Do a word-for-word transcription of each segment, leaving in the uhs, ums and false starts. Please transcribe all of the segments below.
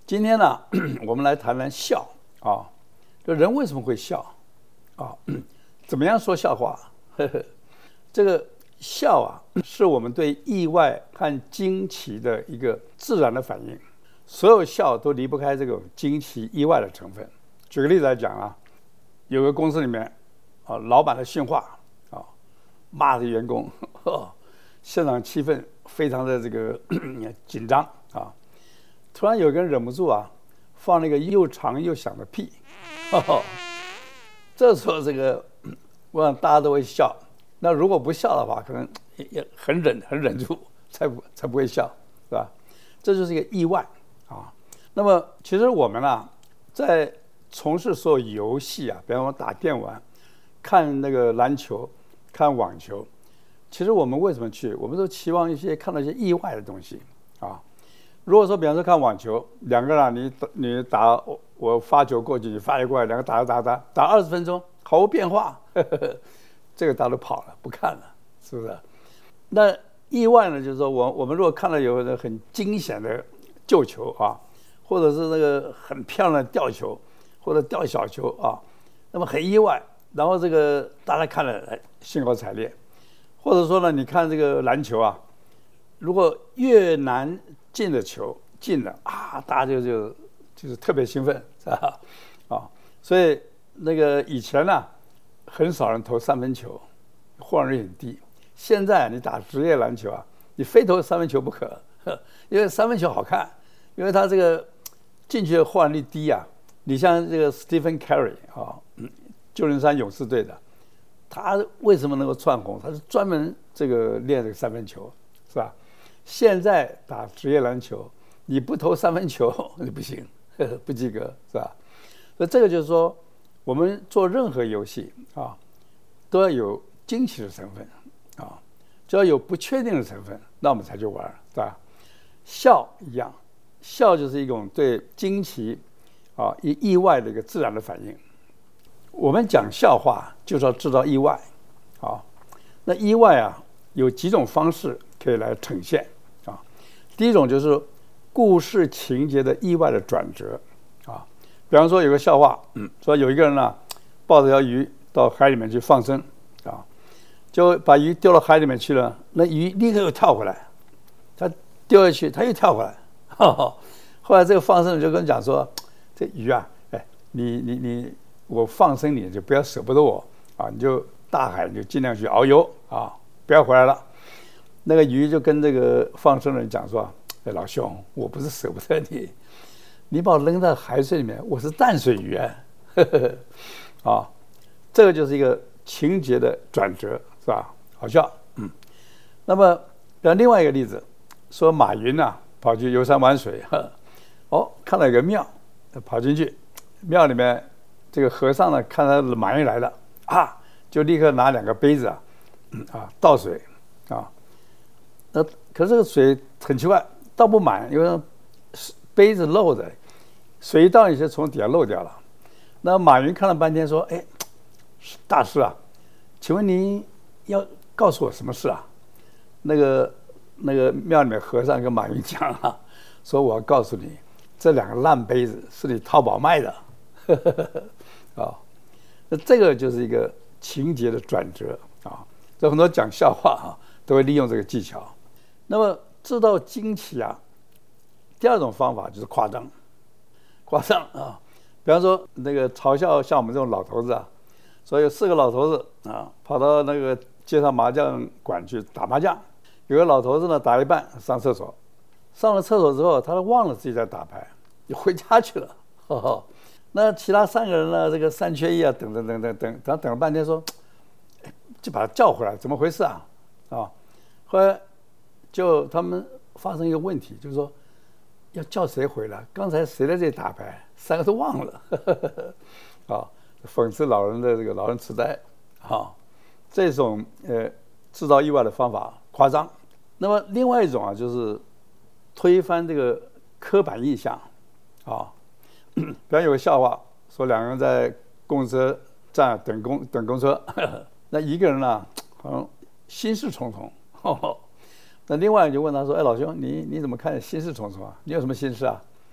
今天呢，我们来谈谈笑啊，就人为什么会笑啊？怎么样说笑话？呵呵，这个笑啊，是我们对意外和惊奇的一个自然的反应。所有笑都离不开这种惊奇、意外的成分。举个例子来讲啊，有个公司里面啊，老板的训话啊，骂着员工，呵现场气氛非常的这个紧张啊。突然有个人忍不住啊，放了一个又长又响的屁，呵呵，这时候这个我想大家都会笑。那如果不笑的话，可能也很忍很忍住，才不才不会笑，是吧？这就是一个意外啊。那么其实我们啊，在从事所有游戏啊，比方说打电玩、看那个篮球、看网球，其实我们为什么去？我们都期望一些看到一些意外的东西啊。如果说，比方说看网球，两个人、啊、你你打我我发球过去，你发球过来，两个打打打打二十分钟，毫无变化，呵呵，这个大家都跑了，不看了，是不是？那意外呢，就是说我我们如果看到有很惊险的救球啊，或者是那个很漂亮的吊球或者吊小球啊，那么很意外，然后这个大家看了哎兴高采烈，或者说呢，你看这个篮球啊，如果越难进的球进了啊，大家就就就是特别兴奋，是吧？啊，所以那个以前呢、啊，很少人投三分球，获胜率很低。现在你打职业篮球啊，你非投三分球不可，因为三分球好看，因为他这个进去的获胜率低啊。你像这个 Stephen Curry 啊，旧金山勇士队的，他为什么能够窜红？他是专门这个练这个三分球，是吧？现在打职业篮球，你不投三分球你不行，呵呵不及格，是吧？所以这个就是说，我们做任何游戏啊，都要有惊奇的成分啊，就要有不确定的成分，那我们才去玩，是吧？笑一样，笑就是一种对惊奇啊、意意外的一个自然的反应。我们讲笑话就是要制造意外啊，那意外啊有几种方式可以来呈现啊。第一种就是故事情节的意外的转折啊，比方说有个笑话，嗯，说有一个人呢、啊、抱着条鱼到海里面去放生啊，就把鱼丢到海里面去了，那鱼立刻又跳回来，他丢下去他又跳回来，呵呵，后来这个放生人就跟讲说，这鱼啊，哎，你你你，我放生你就不要舍不得我啊，你就大海你就尽量去遨游啊，不要回来了。那个鱼就跟这个放生人讲说，哎，老兄，我不是舍不得你，你把我扔到海水里面，我是淡水鱼啊，呵呵，啊，这个就是一个情节的转折，是吧？好笑，嗯。那么，讲另外一个例子，说马云呐、啊、跑去游山玩水，呵，哦，看到一个庙，跑进去，庙里面这个和尚呢看到马云来了啊，就立刻拿两个杯子啊，嗯、啊倒水啊，那可是这个水很奇怪，倒不满，因为杯子漏着，水一倒有些从底下漏掉了。那马云看了半天说：“哎，大师啊，请问您要告诉我什么事啊？”那个那个庙里面和尚跟马云讲啊，说我要告诉你，这两个烂杯子是你淘宝卖的，呵呵呵啊，那这个就是一个情节的转折啊。这很多讲笑话啊，都会利用这个技巧。那么制造惊奇啊，第二种方法就是夸张，夸张啊。比方说那个嘲笑像我们这种老头子啊，说有四个老头子啊，跑到那个街上麻将馆去打麻将，有个老头子呢打一半上厕所，上了厕所之后，他都忘了自己在打牌，就回家去了。呵呵，那其他三个人呢，这个三缺一啊，等等等等等，他等了半天说，就把他叫回来，怎么回事啊？啊，后来就他们发生一个问题，就是说要叫谁回来？刚才谁在这里打牌？三个都忘了，呵呵呵，啊，讽刺老人的这个老人痴呆，啊，这种呃制造意外的方法夸张。那么另外一种啊，就是推翻这个刻板印象，啊，比方有个笑话，说两个人在公车站等公等公车，呵呵，那一个人呢，好像心事重重，呵呵，那另外就问他说：“哎，老兄，你你怎么看心事重重啊？你有什么心事啊？”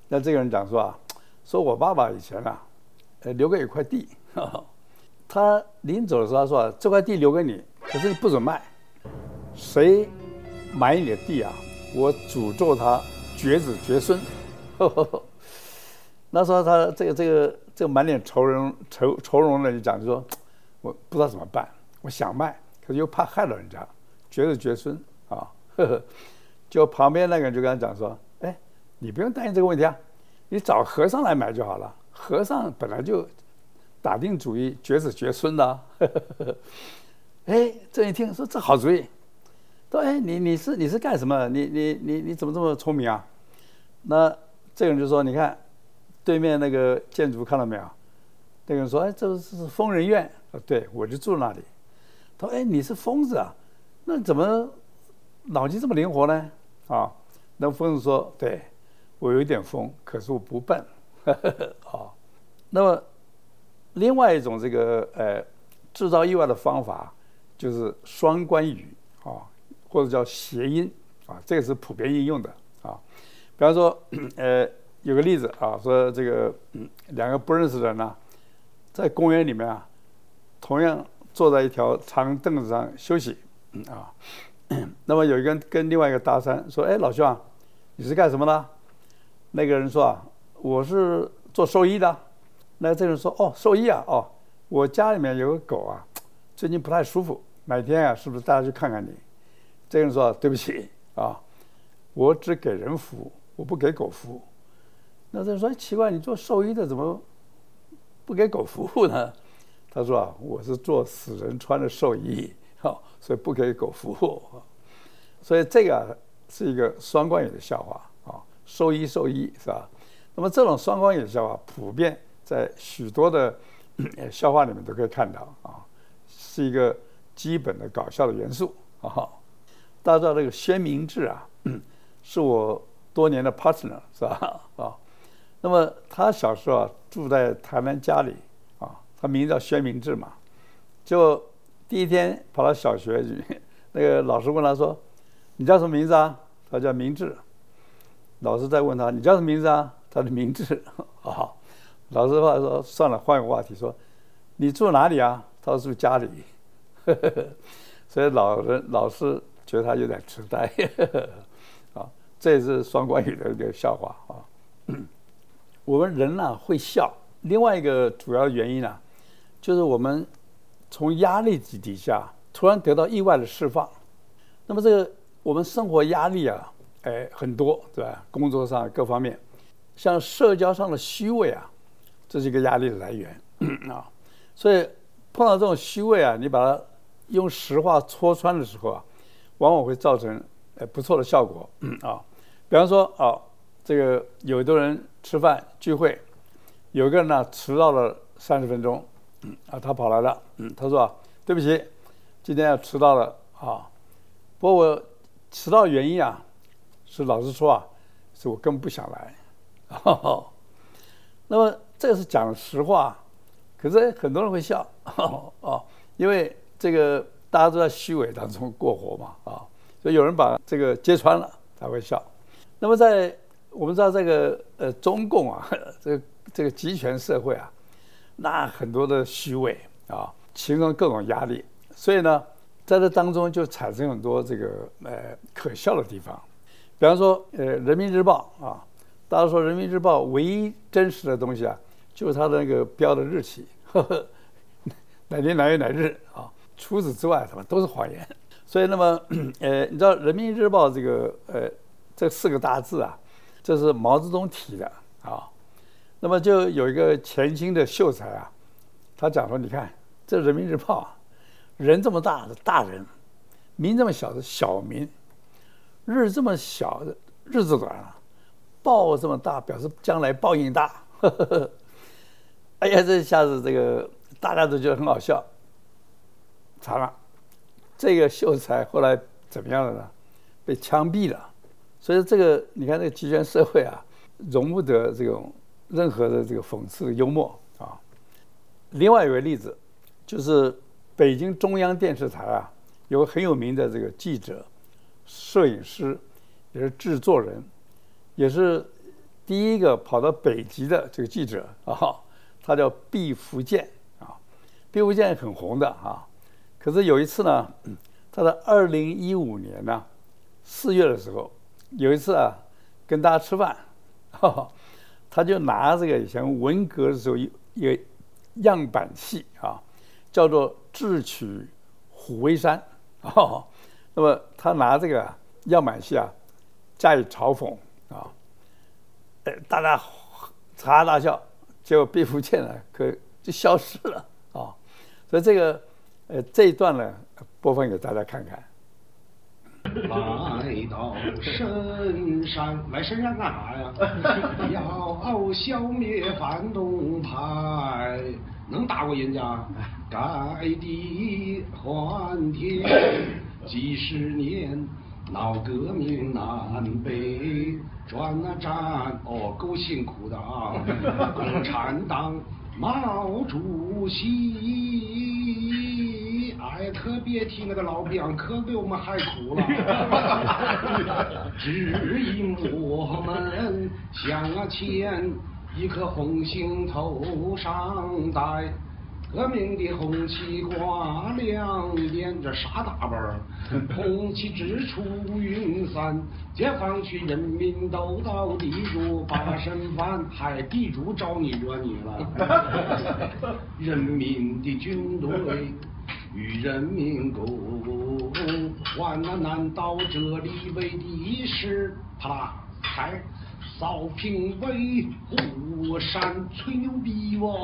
那这个人讲说啊，说我爸爸以前啊，呃，留给一块地，呵呵他临走的时候他说、啊、这块地留给你，可是你不准卖，谁买你的地啊，我诅咒他绝子绝孙。呵呵呵那时候他这个这个这个满脸愁容愁愁容的就讲，就说我不知道怎么办，我想卖，可是又怕害了人家，绝子绝孙啊。呵呵就旁边那个人就跟他讲说，哎，你不用担心这个问题啊，你找和尚来买就好了，和尚本来就打定主意绝子绝孙的、啊。哎，这一听说这好主意，说哎你你是你是干什么？你你你你怎么这么聪明啊？那这个人就说，你看对面那个建筑看到没有？那个人说，哎，这是疯人院。对，我就住那里。他说，哎，你是疯子啊？那怎么脑筋这么灵活呢？啊，那疯子说，对，我有一点疯，可是我不笨。啊，那么另外一种这个呃制造意外的方法就是双关语啊，或者叫谐音啊，这个是普遍应用的啊。比方说，呃，有个例子啊，说这个嗯两个不认识的人呢、啊，在公园里面啊，同样坐在一条长凳子上休息，嗯啊，那么有一个人跟另外一个搭讪说：“哎，老兄啊，你是干什么的？”那个人说：“啊，我是做兽医的。”那这个人说：“哦，兽医啊，哦，我家里面有个狗啊，最近不太舒服，哪天啊，是不是大家去看看你？”这个人说：“对不起啊，我只给人服务，我不给狗服务。”那这人说：“哎，奇怪，你做兽医的怎么不给狗服务呢？”他说：“啊，我是做死人穿的兽医，哦，所以不给狗服务。”所以这个、啊、是一个双关语的笑话啊，兽医兽医是吧？那么这种双关语的笑话，普遍在许多的笑话里面都可以看到啊，是一个基本的搞笑的元素啊。大家知道这个宣明志啊，是我多年的 partner 是吧？啊，那么他小时候啊住在台南家里啊，他名字叫宣明志嘛，就第一天跑到小学去，那个老师问他说：“你叫什么名字啊？”他叫明志。老师再问他：“你叫什么名字啊？”他的明志。啊，老师话说：“算了，换个话题，说你住哪里啊？”他说：“住家里。”所以老人老师觉得他有点痴呆。啊，这也是双关语的一个笑话啊。我们人呢、啊、会笑，另外一个主要原因啊，就是我们从压力底下突然得到意外的释放。那么这个我们生活压力啊，哎很多，对吧？工作上各方面，像社交上的虚伪啊，这是一个压力的来源啊。所以碰到这种虚伪啊，你把它用实话戳穿的时候啊，往往会造成呃不错的效果啊。比方说啊，这个有的人吃饭聚会，有一个人呢迟到了三十分钟，嗯啊，他跑来了，嗯，他说、啊、对不起，今天要迟到了啊。不过我迟到的原因啊，是老实说啊，是我根本不想来。哦、那么这个是讲实话，可是很多人会笑哦哦，因为这个大家都在虚伪当中过活嘛啊、哦，所以有人把这个揭穿了才会笑。那么在我们知道这个呃中共啊，这个这个集权社会啊，那很多的虚伪啊，其中各种压力，所以呢，在这当中就产生很多这个呃可笑的地方。比方说呃《人民日报》啊，大家说《人民日报》唯一真实的东西啊，就是它的那个标的日期，呵呵哪年哪月哪日啊，除此之外，他们都是谎言。所以那么呃，你知道《人民日报》这个呃这四个大字啊，这是毛泽东提的啊。那么就有一个前清的秀才啊，他讲说，你看这《人民日报》啊，人这么大的大人，民这么小的小民，日这么小的日子短啊，报这么大，表示将来报应大。呵呵呵哎呀，这下子这个大家都觉得很好笑。惨了，这个秀才后来怎么样了呢？被枪毙了。所以这个你看，这个集权社会啊，容不得这种任何的这个讽刺幽默啊。另外有个例子，就是北京中央电视台啊，有个很有名的这个记者、摄影师，也是制作人，也是第一个跑到北极的这个记者啊，他叫毕福剑啊，毕福剑很红的啊。可是有一次呢，他在二零一五年呢四月的时候，有一次啊跟大家吃饭，哈，他就拿这个以前文革的时候一一个样板戏啊，叫做《智取虎威山》啊。那么他拿这个样板戏啊加以嘲讽啊，呃，大家哈哈大笑，结果毕福剑呢可就消失了啊。所以这个呃这一段呢播放给大家看看。 来到深山，来深山干啥呀？要消灭反动派，能打过人家？改地换天，几十年闹革命南北转啊战，哦，够辛苦的啊！共产党毛主席。哎，可别提那个老兵，可比我们还苦了。指引我们向前，一颗红星头上戴，革命的红旗挂亮点，这啥打扮儿？红旗直出云散，解放区人民都到地主把身翻，还地主找你惹你了？人民的军队。与人民共患难，难道这里为的是啪啦开扫平为虎山吹牛逼哦？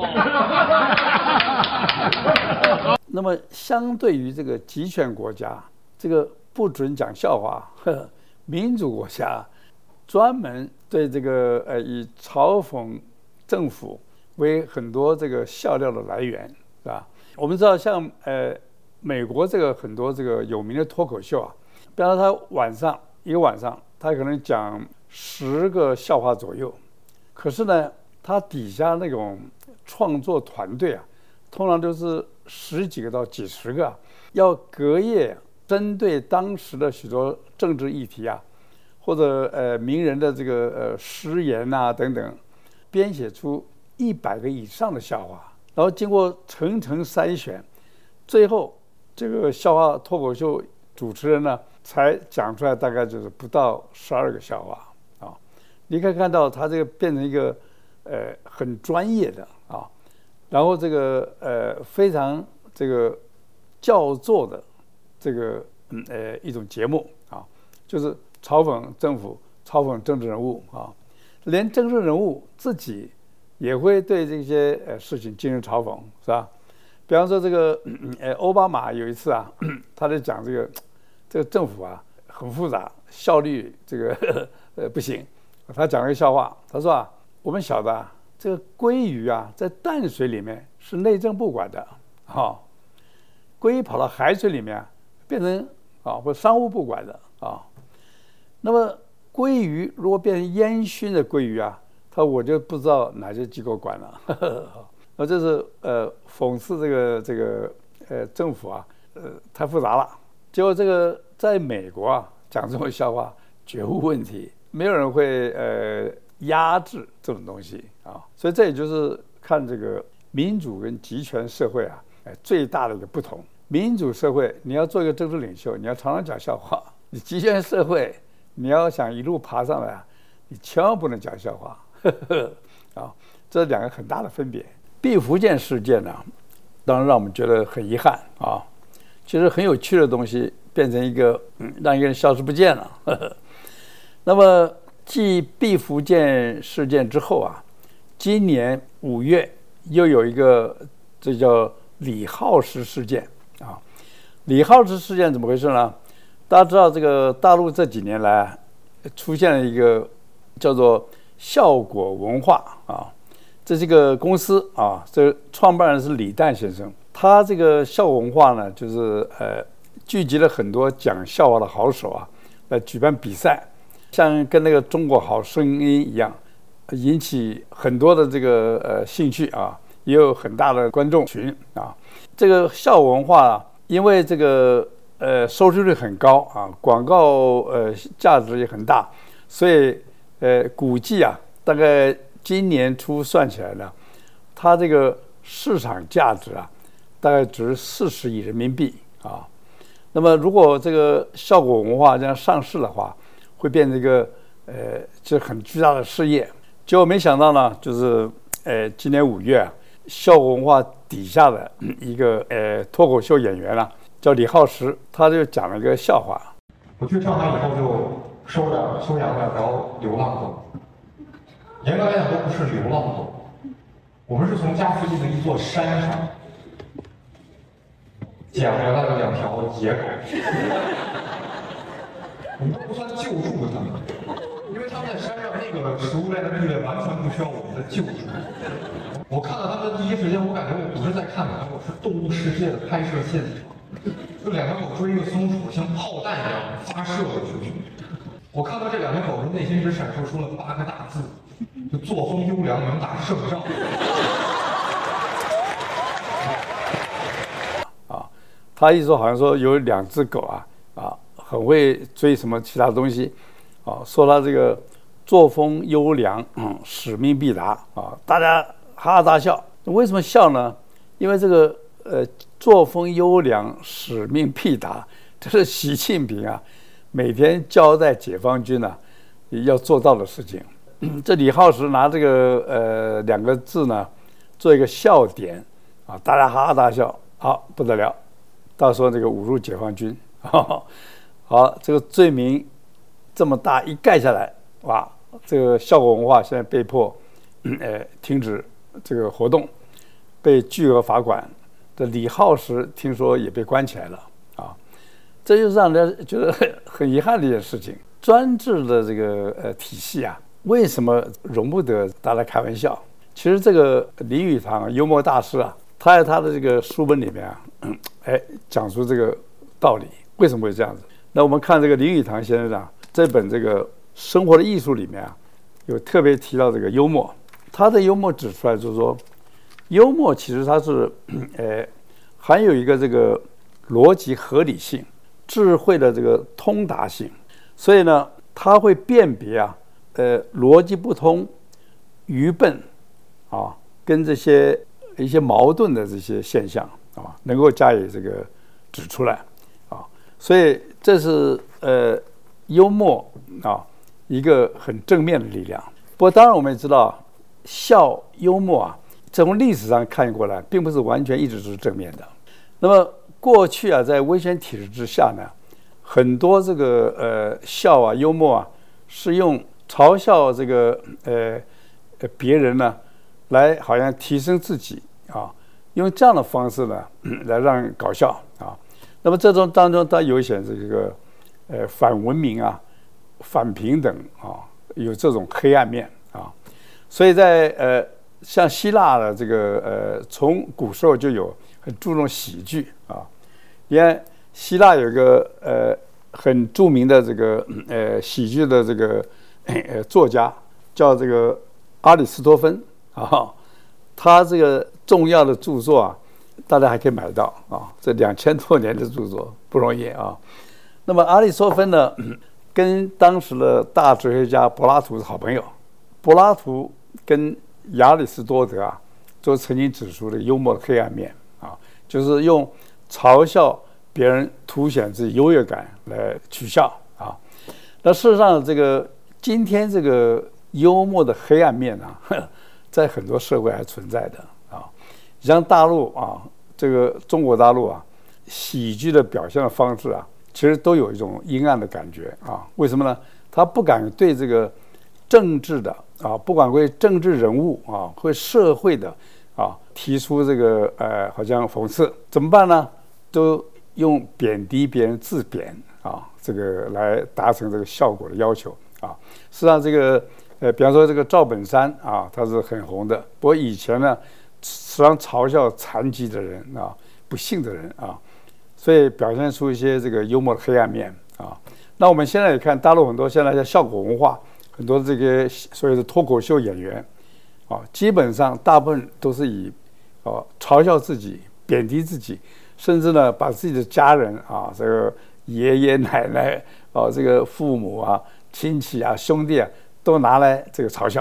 那么相对于这个集权国家，这个不准讲笑话，呵呵民主国家专门对这个呃以嘲讽政府为很多这个笑料的来源，是吧？我们知道像，呃美国这个很多这个有名的脱口秀啊，比方说他晚上一个晚上，他可能讲十个笑话左右，可是呢，他底下那种创作团队啊，通常都是十几个到几十个，要隔夜针对当时的许多政治议题啊，或者呃名人的这个呃诗言啊等等，编写出一百个以上的笑话。然后经过层层筛选，最后这个笑话脱口秀主持人呢，才讲出来大概就是不到十二个笑话啊。你可以看到他这个变成一个呃很专业的啊，然后这个呃非常这个叫座的这个嗯呃一种节目啊，就是嘲讽政府、嘲讽政治人物啊，连政治人物自己。也会对这些呃事情进行嘲讽，是吧？比方说这个呃奥巴马有一次啊，他在讲这个这个政府啊很复杂，效率这个呃不行。他讲了一个笑话，他说啊，我们晓得啊，这个鲑鱼啊在淡水里面是内政部管的，哈、哦，鲑鱼跑到海水里面变成啊或商务部管的啊、哦。那么鲑鱼如果变成烟熏的鲑鱼啊。那我就不知道哪些机构管了，那这是呃讽刺这个这个呃政府啊，呃太复杂了。结果这个在美国啊讲这种笑话绝无问题，没有人会呃压制这种东西啊。所以这也就是看这个民主跟集权社会啊，呃最大的一个不同。民主社会你要做一个政治领袖，你要常常讲笑话；你集权社会你要想一路爬上来啊，你千万不能讲笑话。啊，这两个很大的分别。毕福剑事件呢，当然让我们觉得很遗憾啊。其实很有趣的东西变成一个，嗯，让一个人消失不见了。呵呵那么，继毕福剑事件之后啊，今年五月又有一个，这叫李浩石事件啊。李浩石事件怎么回事呢？大家知道，这个大陆这几年来出现了一个叫做效果文化啊，这是一个公司啊，这个创办人是李诞先生。他这个效果文化呢，就是呃聚集了很多讲笑话的好手啊，来举办比赛，像跟那个中国好声音一样，引起很多的这个呃兴趣啊，也有很大的观众群啊。这个效果文化啊，因为这个呃收视率很高啊，广告呃价值也很大，所以。呃，估计啊， 大概今年初算起来呢，它这个市场价值啊，大概值四十亿人民币啊。那么如果这个效果文化这样上市的话，会变成一个呃，这很巨大的事业。结果没想到呢，就是呃，今年五月啊，效果文化底下的一个呃脱口秀演员啊，叫李浩石，他就讲了一个笑话。 我去上海以后就收养收养两条流浪狗，严格来讲都不是流浪狗，我们是从家附近的一座山上捡回来的两条野狗。我们都不算救助他们，因为他们在山上那个食物链的地位完全不需要我们的救助。我看到他们的第一时间，我感觉我不是在看他们，我是《动物世界》的拍摄现场。就两条狗追一个松鼠，像炮弹一样发射了出去。我看到这两条狗的内心只闪烁出了八个大字，就作风优良，能打胜仗。 啊，他一说好像说有两只狗啊啊，很会追什么其他东西，啊，说他这个作风优良，嗯，使命必达啊，大家哈哈大笑。为什么笑呢？因为这个呃。作风优良，使命必达，这是习近平啊每天交代解放军啊要做到的事情。这李浩石拿这个呃两个字呢做一个笑点啊，大家哈哈大笑，好不得了。到时候这个侮辱解放军，好，这个罪名这么大一盖下来，哇，这个效果文化现在被迫呃停止这个活动，被巨额罚款。这李浩石听说也被关起来了啊，这就是让人觉得很很遗憾的一件事情。专制的这个呃体系啊，为什么容不得大家开玩笑？其实这个林语堂幽默大师啊，他在他的这个书本里面啊，嗯、哎讲出这个道理，为什么会这样子？那我们看这个林语堂先生啊，这本这个生活的艺术里面啊，有特别提到这个幽默，他的幽默指出来就是说。幽默其实它是，呃，含有一个这个逻辑合理性、智慧的这个通达性，所以呢，它会辨别啊，呃，逻辑不通、愚笨啊，跟这些一些矛盾的这些现象啊，能够加以这个指出来啊，所以这是呃幽默啊一个很正面的力量。不过当然我们也知道，笑幽默啊。从历史上看过来，并不是完全一直是正面的。那么过去啊，在威权体制之下呢，很多这个呃笑啊、幽默啊，是用嘲笑这个呃呃别人呢，来好像提升自己啊，用这样的方式呢，来让人搞笑啊。那么这种当中，它有一些这个呃反文明啊、反平等啊，有这种黑暗面啊。所以在呃。像希腊的这个呃，从古时候就有很注重喜剧啊。你看希腊有一个呃很著名的这个呃喜剧的这个呃作家叫这个阿里斯托芬啊，他这个重要的著作啊，大家还可以买到啊，这两千多年的著作不容易啊。那么阿里斯托芬呢，跟当时的大哲学家柏拉图是好朋友，柏拉图跟亚里士多德啊，都曾经指出了幽默的黑暗面啊，就是用嘲笑别人凸显自己优越感来取笑啊。那事实上，这个今天这个幽默的黑暗面啊，在很多社会还存在的啊。像大陆啊，这个中国大陆啊，喜剧的表现的方式啊，其实都有一种阴暗的感觉啊。为什么呢？他不敢对这个政治的。啊，不管为政治人物啊，或社会的啊，提出这个呃，好像讽刺，怎么办呢？都用贬低别人、自贬啊，这个来达成这个效果的要求啊。实际上，这个呃，比方说这个赵本山啊，他是很红的。不过以前呢，时常嘲笑残疾的人啊、不幸的人啊，所以表现出一些这个幽默的黑暗面啊。那我们现在也看大陆很多现在的效果文化。很多这个所谓的脱口秀演员，啊，基本上大部分都是以，哦、啊，嘲笑自己、贬低自己，甚至呢，把自己的家人啊，这个爷爷奶奶啊，这个父母啊、亲戚啊、兄弟啊，都拿来这个嘲笑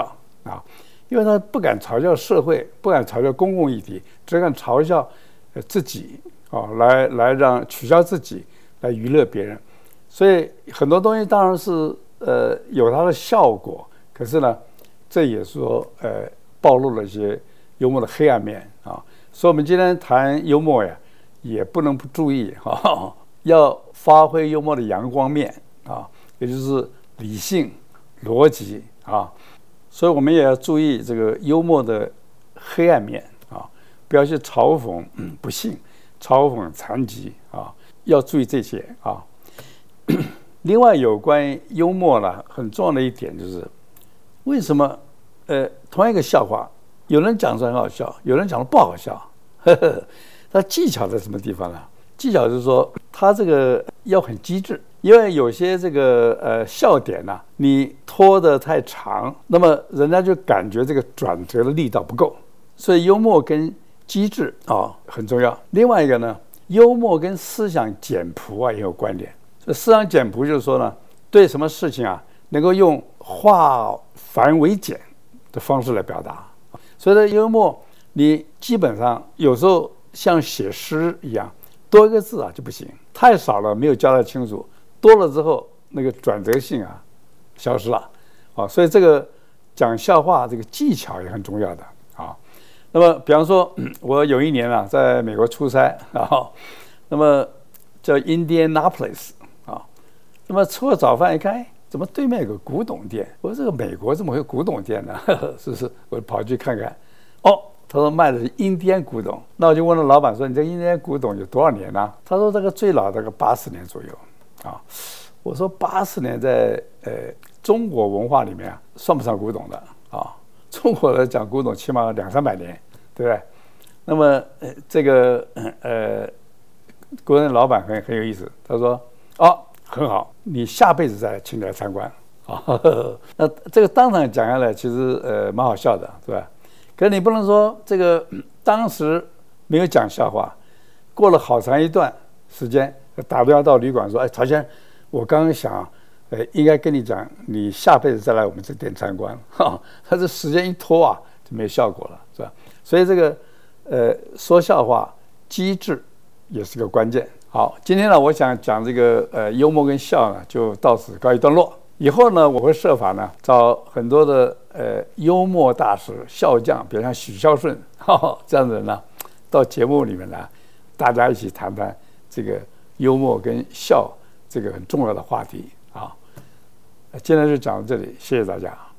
啊，因为他不敢嘲笑社会，不敢嘲笑公共议题，只敢嘲笑自己啊，来来让取笑自己，来娱乐别人。所以很多东西当然是呃有它的效果，可是呢，这也说呃暴露了一些幽默的黑暗面啊。所以我们今天谈幽默呀，也不能不注意哈、啊，要发挥幽默的阳光面啊，也就是理性、逻辑啊。所以我们也要注意这个幽默的黑暗面啊，不要去嘲讽、嗯、不幸，嘲讽残疾啊，要注意这些啊。另外，有关于幽默呢，很重要的一点就是，为什么呃同样一个笑话，有人讲出来很好笑，有人讲的不好笑，呵呵，它技巧在什么地方呢？技巧就是说，它这个要很机智，因为有些这个呃笑点呢、啊，你拖得太长，那么人家就感觉这个转折的力道不够，所以幽默跟机智啊、哦、很重要。另外一个呢，幽默跟思想简朴啊也有关联。这思想简朴就是说呢，对什么事情啊，能够用化繁为简的方式来表达。所以呢，幽默你基本上有时候像写诗一样，多一个字啊就不行，太少了没有交代清楚，多了之后那个转折性啊消失了啊。所以这个讲笑话这个技巧也很重要的啊。那么比方说，我有一年啊在美国出差啊，那么叫 Indianapolis。那么吃过早饭一看，哎，怎么对面有个古董店？我说这个美国怎么会有古董店呢？是不是？我跑去看看。哦，他说卖的是印第安古董。那我就问了老板说：“你这印第安古董有多少年呢、啊？”他说：“这个最老大概八十年左右。”啊，我说八十年在呃中国文化里面啊，算不上古董的啊。中国人讲古董起码两三百年，对不对？那么呃这个呃，国人老板很很有意思，他说：“哦。”很好，你下辈子再来请你来参观啊！那这个当场讲下来，其实呃蛮好笑的，是吧？可是你不能说这个当时没有讲笑话，过了好长一段时间，打电话到旅馆说：“哎，曹先生，我刚刚想，呃，应该跟你讲，你下辈子再来我们这店参观。”哈，他这时间一拖啊，就没效果了，是吧？所以这个呃说笑话机智也是个关键。好，今天呢，我想讲这个呃幽默跟笑呢，就到此告一段落。以后呢，我会设法呢找很多的呃幽默大师、笑匠，比如像许孝顺哈这样的人呢，到节目里面来，大家一起谈谈这个幽默跟笑这个很重要的话题啊。今天就讲到这里，谢谢大家。